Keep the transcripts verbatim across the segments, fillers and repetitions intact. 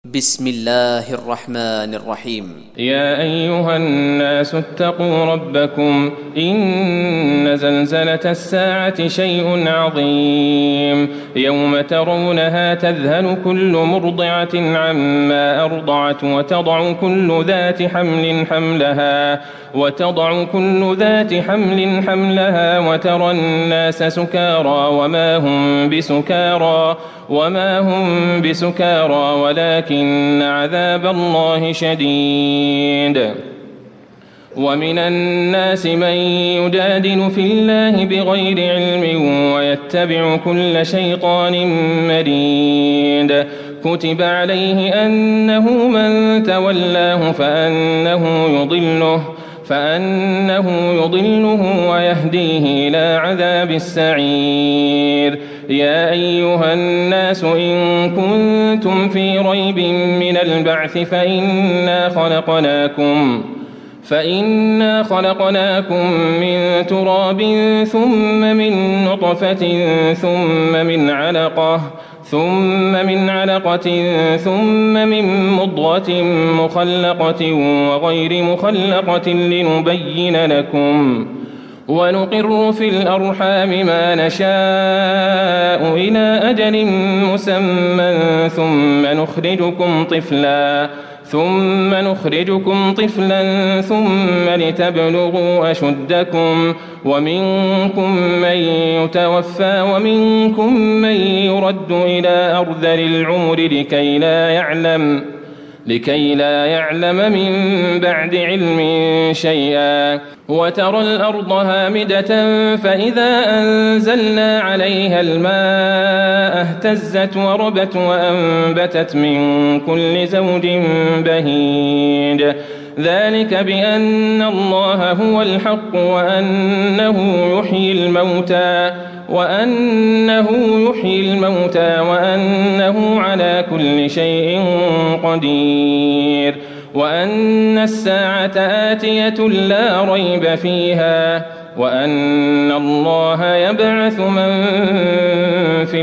بسم الله الرحمن الرحيم. يا أيها الناس اتقوا ربكم إن زلزلة الساعة شيء عظيم يوم ترونها تذهل كل مرضعة عما أرضعت وتضع كل ذات حمل حملها وتضع كل ذات حمل حملها وترى الناس سكارى وما هم بسكارى وما هم بسكارى ولكن عذاب الله شديد. ومن الناس من يجادل في الله بغير علم ويتبع كل شيطان مريد. كتب عليه أنه من تولاه فأنه يضله فأنه يضله ويهديه إلى عذاب السعير. يا أيها الناس إن كنتم في ريب من البعث فإنا خلقناكم فإنا خلقناكم من تراب ثم من نطفة ثم من علقة ثم من علقة ثم من مضغة مخلقة وغير مخلقة لنبين لكم ونقر في الأرحام ما نشاء إلى أجل مسمى ثم نخرجكم طفلا ثم نخرجكم طفلا ثم لتبلغوا أشدكم ومنكم من يتوفى ومنكم من يرد إلى أرذل العمر لكي لا يعلم لكي لا يعلم من بعد علم شيئا. وترى الأرض هامدة فإذا أنزلنا عليها الماء اهتزت وربت وأنبتت من كل زوج بهيج. ذلك بأن الله هو الحق وأنه يحيي الموتى وأنه يحيي الموتى وأنه على كل شيء قدير وأن الساعة آتية لا ريب فيها وأن الله يبعث من في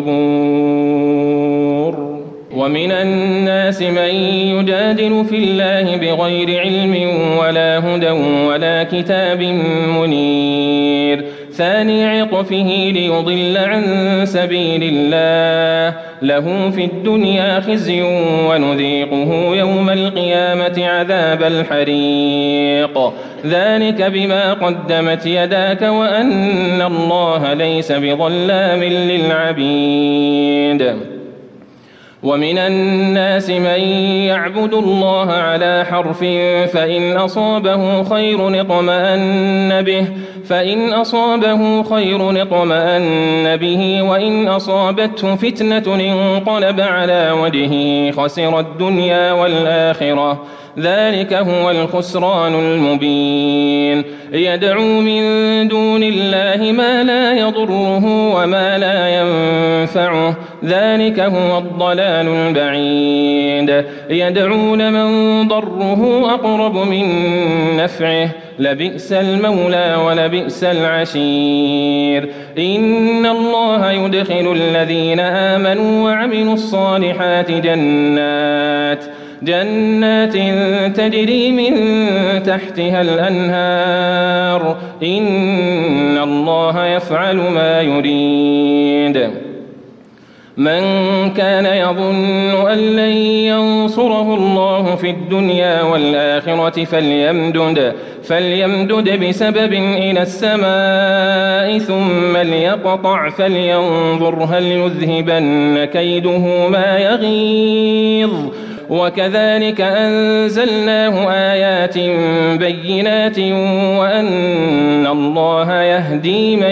القبور. ومن الناس من يجادل في الله بغير علم ولا هدى ولا كتاب منير. ثاني عطفه ليضل عن سبيل الله له في الدنيا خزي ونذيقه يوم القيامة عذاب الحريق. ذلك بما قدمت يداك وأن الله ليس بظلام للعبيد. ومن الناس من يعبد الله على حرف فإن أصابه خير اطمأن به فإن أصابه خير اطمأن به وإن أصابته فتنة انقلب على وجهه خسر الدنيا والآخرة. ذلك هو الخسران المبين. يدعو من دون الله ما لا يضره وما لا ينفعه ذلك هو الضلال البعيد. يدعو لمن ضره أقرب من نفعه لبئس المولى ولبئس العشير. إن الله يدخل الذين آمنوا وعملوا الصالحات جنات جنات تجري من تحتها الأنهار إن الله يفعل ما يريد. من كان يظن أن لن ينصره الله في الدنيا والآخرة فليمدد فليمدد بسبب إلى السماء ثم ليقطع فلينظر هل يذهبن كيده ما يغيظ. وكذلك أنزلناه آيات بينات وأن الله يهدي من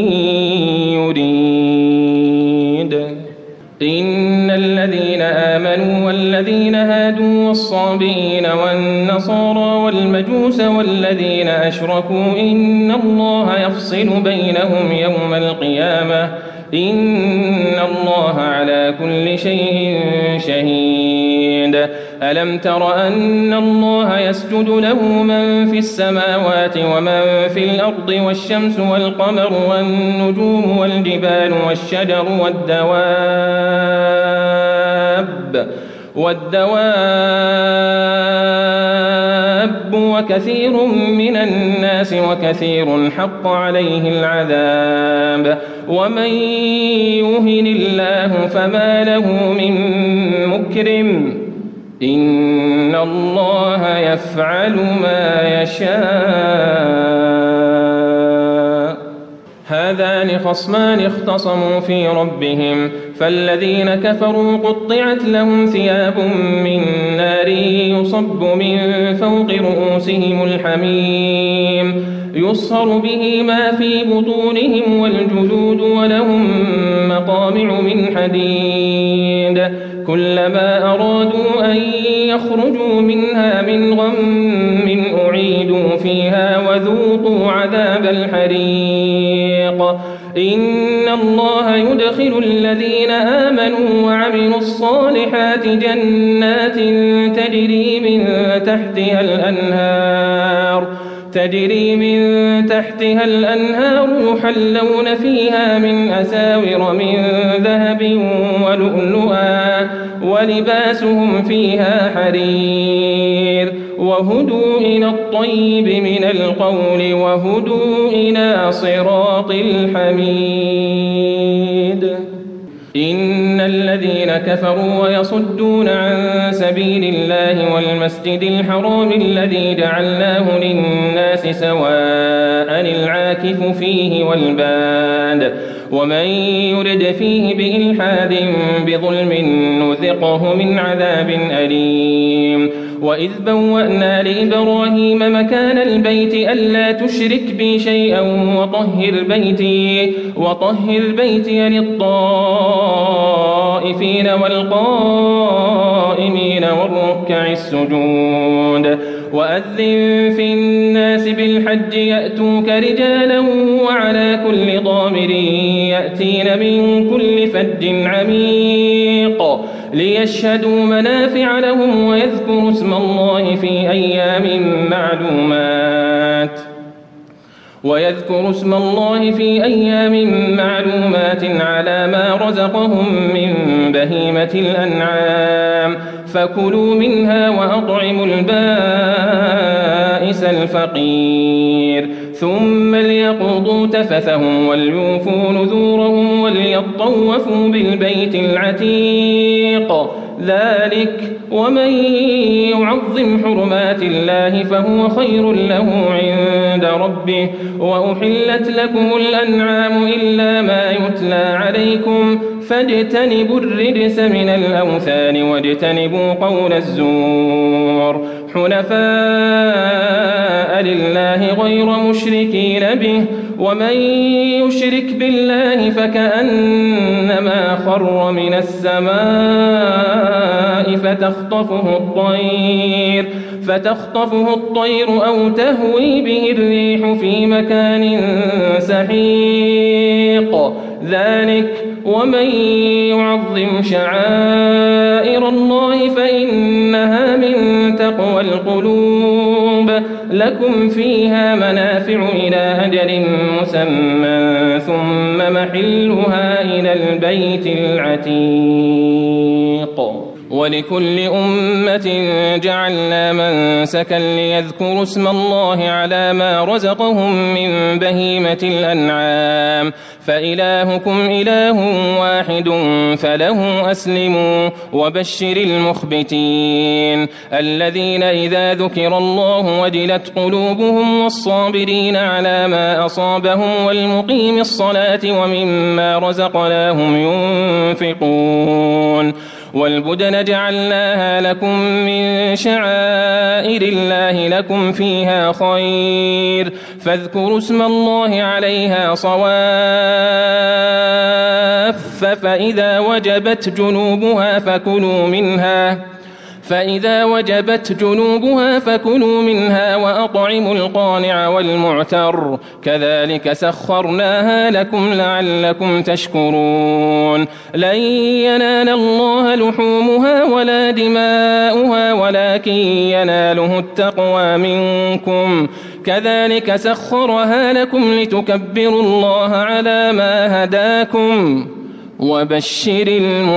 يريد. إن الذين آمنوا والذين هادوا والصابئين والنصارى والمجوس والذين أشركوا إن الله يفصل بينهم يوم القيامة إن الله على كل شيء شهيد. ألم تر أن الله يسجد له من في السماوات ومن في الأرض والشمس والقمر والنجوم والجبال والشجر والدواب والدواب وكثير من الناس وكثير حق عليه العذاب ومن يهن الله فما له من مكرم إن الله يفعل ما يشاء. هذان خصمان اختصموا في ربهم فالذين كفروا قطعت لهم ثياب من نار يصب من فوق رؤوسهم الحميم يصهر به ما في بطونهم والجلود ولهم مقامع من حديد كلما أرادوا أن يخرجوا منها من غم أعيدوا فيها وذوقوا عذاب الحريق. إن الله يدخل الذين آمنوا وعملوا الصالحات جنات تجري من تحتها الأنهار تجري من تحتها الأنهار يحلون فيها من أساور من ذهب ولؤلؤا ولباسهم فيها حرير وهدوا إلى الطيب من القول وهدوا إلى صراط الحميد. إن الذين كفروا ويصدون عن سبيل الله والمسجد الحرام الذي جعلناه للناس سواء العاكف فيه والباد ومن يرد فيه بإلحاد بظلم نذقه من عذاب أليم. وإذ بوأنا لإبراهيم مكان البيت ألا تشرك بي شيئا وطهر بيتي وطهر بيتي للطائفين والقائمين والركع السجود. وأذن في الناس بالحج يأتوك رجالا وعلى كل ضامر يأتين من كل فج عميق ليشهدوا منافع لهم ويذكروا اسم الله في أيام معلومات ويذكروا اسم الله في أيام معلومات على ما رزقهم من بهيمة الأنعام فكلوا منها وأطعموا البائس الفقير ثم ليقضوا تفثهم وليوفوا نذورهم وليطوفوا بالبيت العتيق. ذلك ومن يعظم حرمات الله فهو خير له عند ربه. وأحلت لكم الأنعام إلا ما يتلى عليكم فاجتنبوا الرجس من الأوثان واجتنبوا قول الزور حنفاء لله غير مشركين به ومن يشرك بالله فكأنما خر من السماء فتخطفه الطير فتخطفه الطير أو تهوي به الريح في مكان سحيق. ذلك ومن يعظم شعائر الله فإنها من تقوى القلوب. لكم فيها منافع إلى أجل مسمى ثم محلها إلى البيت العتيق. ولكل أمة جعلنا منسكا ليذكروا اسم الله على ما رزقهم من بهيمة الأنعام فإلهكم إله واحد فله أسلموا وبشر المخبتين الذين إذا ذكر الله وجلت قلوبهم والصابرين على ما أصابهم والمقيم الصلاة ومما رزقناهم ينفقون. والبدن جعلناها لكم من شعائر الله لكم فيها خير فاذكروا اسم الله عليها صواف فإذا وجبت جنوبها فكلوا منها فإذا وجبت جنوبها فكلوا منها وأطعموا القانع والمعتر كذلك سخرناها لكم لعلكم تشكرون. لن ينال الله لحومها ولا دماؤها ولكن يناله التقوى منكم كذلك سخرها لكم لتكبروا الله على ما هداكم وبشر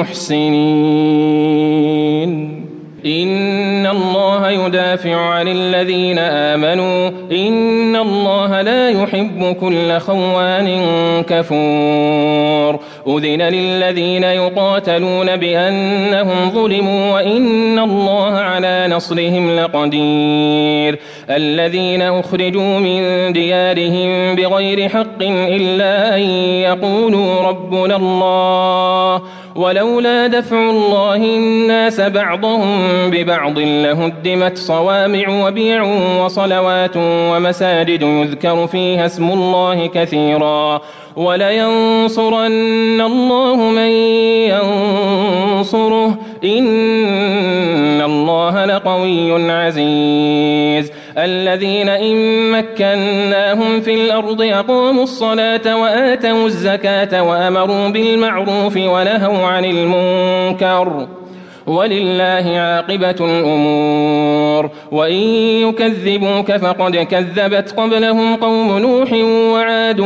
المحسنين. إن الله يدافع عن الذين آمنوا إن الله لا يحب كل خوان كفور. أذن للذين يقاتلون بأنهم ظلموا وإن الله على نصرهم لقدير. الذين أخرجوا من ديارهم بغير حق إلا أن يقولوا ربنا الله ولولا دفع الله الناس بعضهم ببعض لهدمت صوامع وبيع وصلوات ومساجد يذكر فيها اسم الله كثيرا ولينصرن الله من ينصره إن الله لقوي عزيز. الذين إن مكناهم في الأرض أقاموا الصلاة وآتوا الزكاة وأمروا بالمعروف ونهوا عن المنكر ولله عاقبة الأمور. وإن يكذبوك فقد كذبت قبلهم قوم نوح وعاد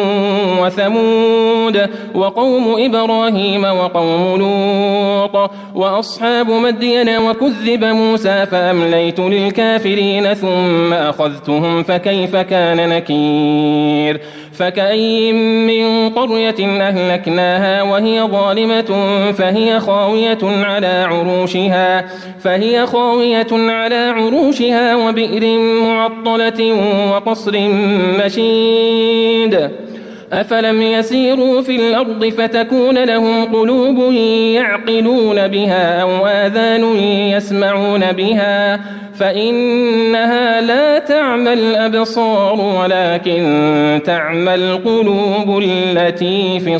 وثمود وقوم إبراهيم وقوم لوط وأصحاب مدين وكذب موسى فأمليت للكافرين ثم أخذتهم فكيف كان نكير. فكأي من قرية أهلكناها وهي ظالمة فهي خاوية على عروشها فهي خاوية على عروشها وبئر معطلة وقصر مشيد. أفلم يسيروا في الأرض فتكون لهم قلوب يعقلون بها أو آذان يسمعون بها فإنها لا تعمى الأبصار ولكن تعمى القلوب التي في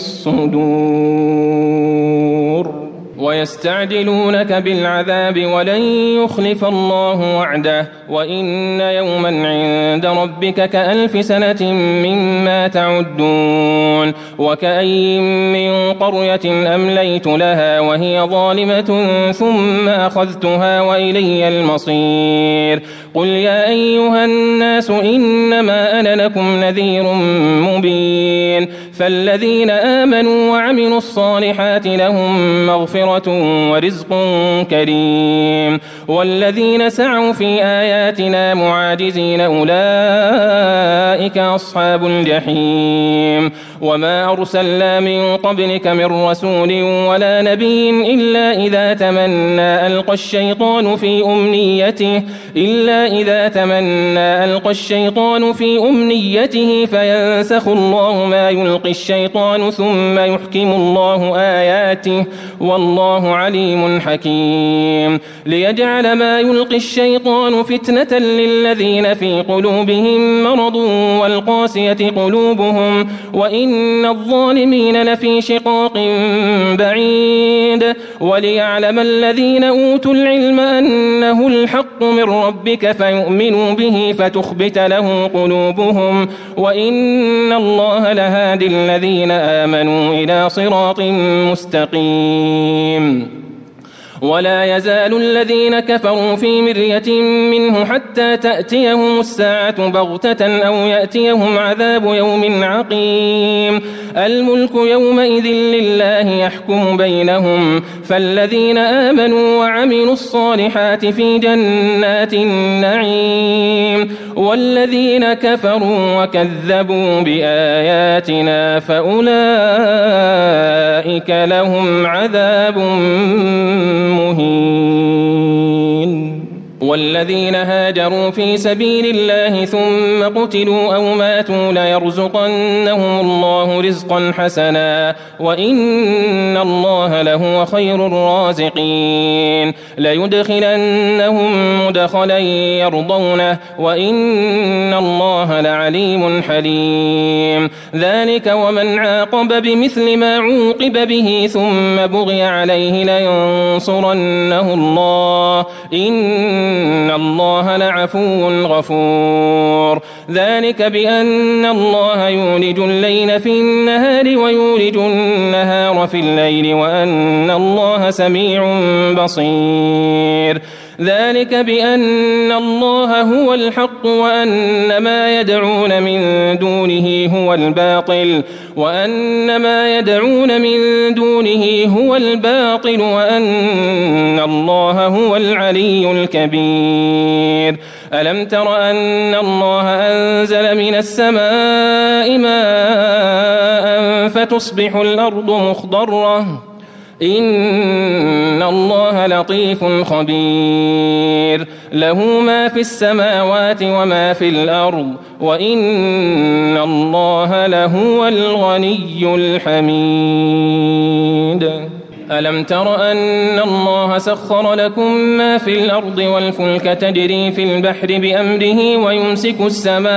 الصدور. ويستعجلونك بالعذاب ولن يخلف الله وعده وإن يوما عند ربك كألف سنة مما تعدون. وكأي من قرية أمليت لها وهي ظالمة ثم أخذتها وإلي المصير. قل يا أيها الناس إنما أنا لكم نذير مبين. فالذين آمنوا وعملوا الصالحات لهم مغفرة ورزق كريم والذين سعوا في آياتنا معاجزين أولئك أصحاب الجحيم. وما أرسلنا من قبلك من رسول ولا نبي إلا إذا تمنى ألقى الشيطان في أمنيته إلا إذا تمنى ألقى الشيطان في أمنيته فينسخ الله ما يلقي الشيطان ثم يحكم الله آياته والله عليم حكيم. ليجعل ما يلقي الشيطان فتنة للذين في قلوبهم مرض والقاسية قلوبهم وإن الظالمين لفي شقاق بعيد. وليعلم الذين أوتوا العلم أنه الحق من ربك فيؤمنوا به فتخبت له قلوبهم وإن الله لهادي الذين آمنوا إلى صراط مستقيم. ولا يزال الذين كفروا في مرية منه حتى تأتيهم الساعة بغتة أو يأتيهم عذاب يوم عقيم. الملك يومئذ لله يحكم بينهم فالذين آمنوا وعملوا الصالحات في جنات النعيم والذين كفروا وكذبوا بآياتنا فأولئك لهم عذاب مهين. والذين هاجروا في سبيل الله ثم قتلوا أو ماتوا ليرزقنهم الله رزقا حسنا وإن الله لهو خير الرازقين. ليدخلنهم مدخلا يرضونه وإن الله لعليم حليم. ذلك ومن عاقب بمثل ما عوقب به ثم بغي عليه لينصرنه الله إن الله لعفو غفور. ذلك بأن الله يولج الليل في النهار ويولج النهار في الليل وأن الله سميع بصير. ذلك بأن الله هو الحق وأن ما يدعون من دونه هو الباطل وأن ما يدعون من دونه هو الباطل وأن الله هو العلي الكبير. ألم تر أن الله أنزل من السماء ماء فتصبح الأرض مخضرة إن الله لطيف خبير له ما في السماوات وما في الأرض وإن الله لهو الغني الحميد. ألم تر أن الله سخر لكم ما في الأرض والفلك تجري في البحر بأمره ويمسك السماء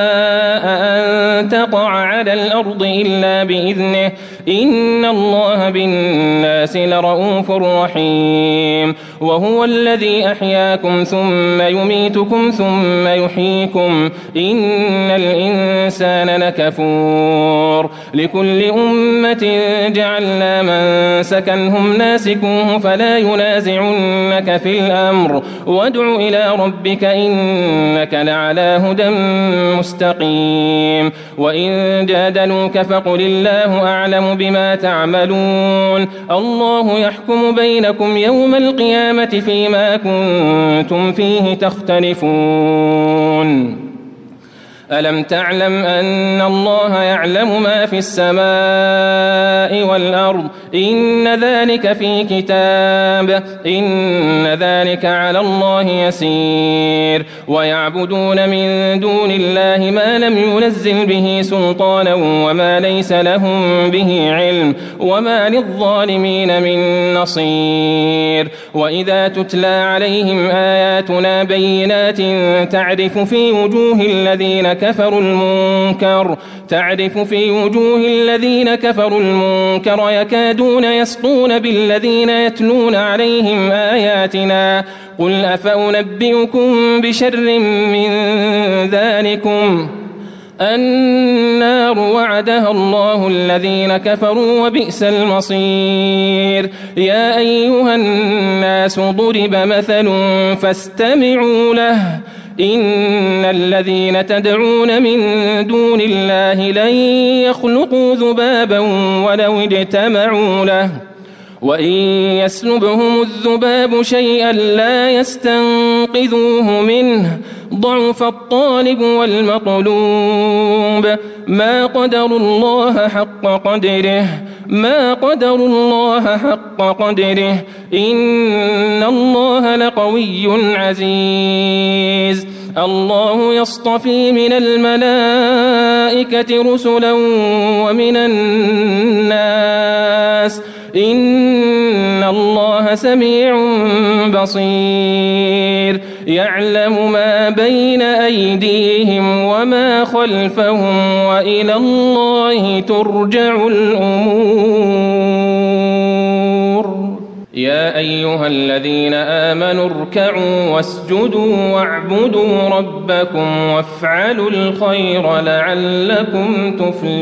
أن تقع على الأرض إلا بإذنه إن الله بالناس لرؤوف رحيم. وهو الذي أحياكم ثم يميتكم ثم يحييكم إن الإنسان لكفور. لكل أمة جعلنا منسكا هم ناسكوه فلا ينازعنك في الأمر وادع إلى ربك إنك لعلى هدى مستقيم. وإن جادلوك فقل الله أعلم بما تعملون الله يحكم بينكم يوم القيامة فيما كنتم فيه تختلفون. ألم تعلم أن الله يعلم ما في السماء والأرض إن ذلك في كتاب إن ذلك على الله يسير. ويعبدون من دون الله ما لم ينزل به سلطانا وما ليس لهم به علم وما للظالمين من نصير. وإذا تتلى عليهم آياتنا بينات تعرف في وجوه الذين كفروا المنكر تعرف في وجوه الذين كفروا المنكر يكادون يسطون بالذين يتلون عليهم آياتنا قل أفأنبئكم بشر من ذلكم النار وعدها الله الذين كفروا وبئس المصير. يا أيها الناس ضرب مثل فاستمعوا له إن الذين تدعون من دون الله لن يخلقوا ذبابا ولو اجتمعوا له وإن يسلبهم الذباب شيئا لا يستنقذوه منه ضعف الطالب والمطلوب ما قدروا الله حق قدره ما قدروا الله حق قدره إن الله لقوي عزيز. الله يصطفي من الملائكة رسلا ومن الناس إن الله سميع بصير. يعلم ما بين أيديهم وما خلفهم وإلى الله ترجع الأمور. يا أيها الذين آمنوا اركعوا واسجدوا واعبدوا ربكم وافعلوا الخير لعلكم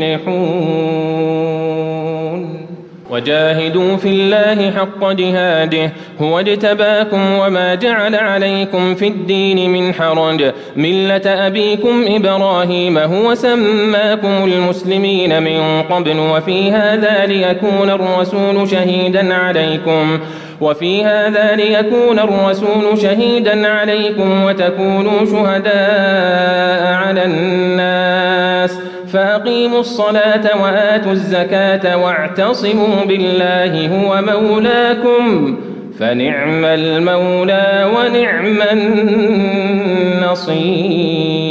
تفلحون. وجاهدوا في الله حق جهاده هو اجتباكم وما جعل عليكم في الدين من حرج ملة أبيكم إبراهيم هو سماكم المسلمين من قبل وفي هذا ليكون الرسول شهيدا عليكم وفي هذا ليكون الرسول شهيدا عليكم وتكونوا شهداء على الناس فأقيموا الصلاة وآتوا الزكاة واعتصموا بالله هو مولاكم فنعم المولى ونعم النصير.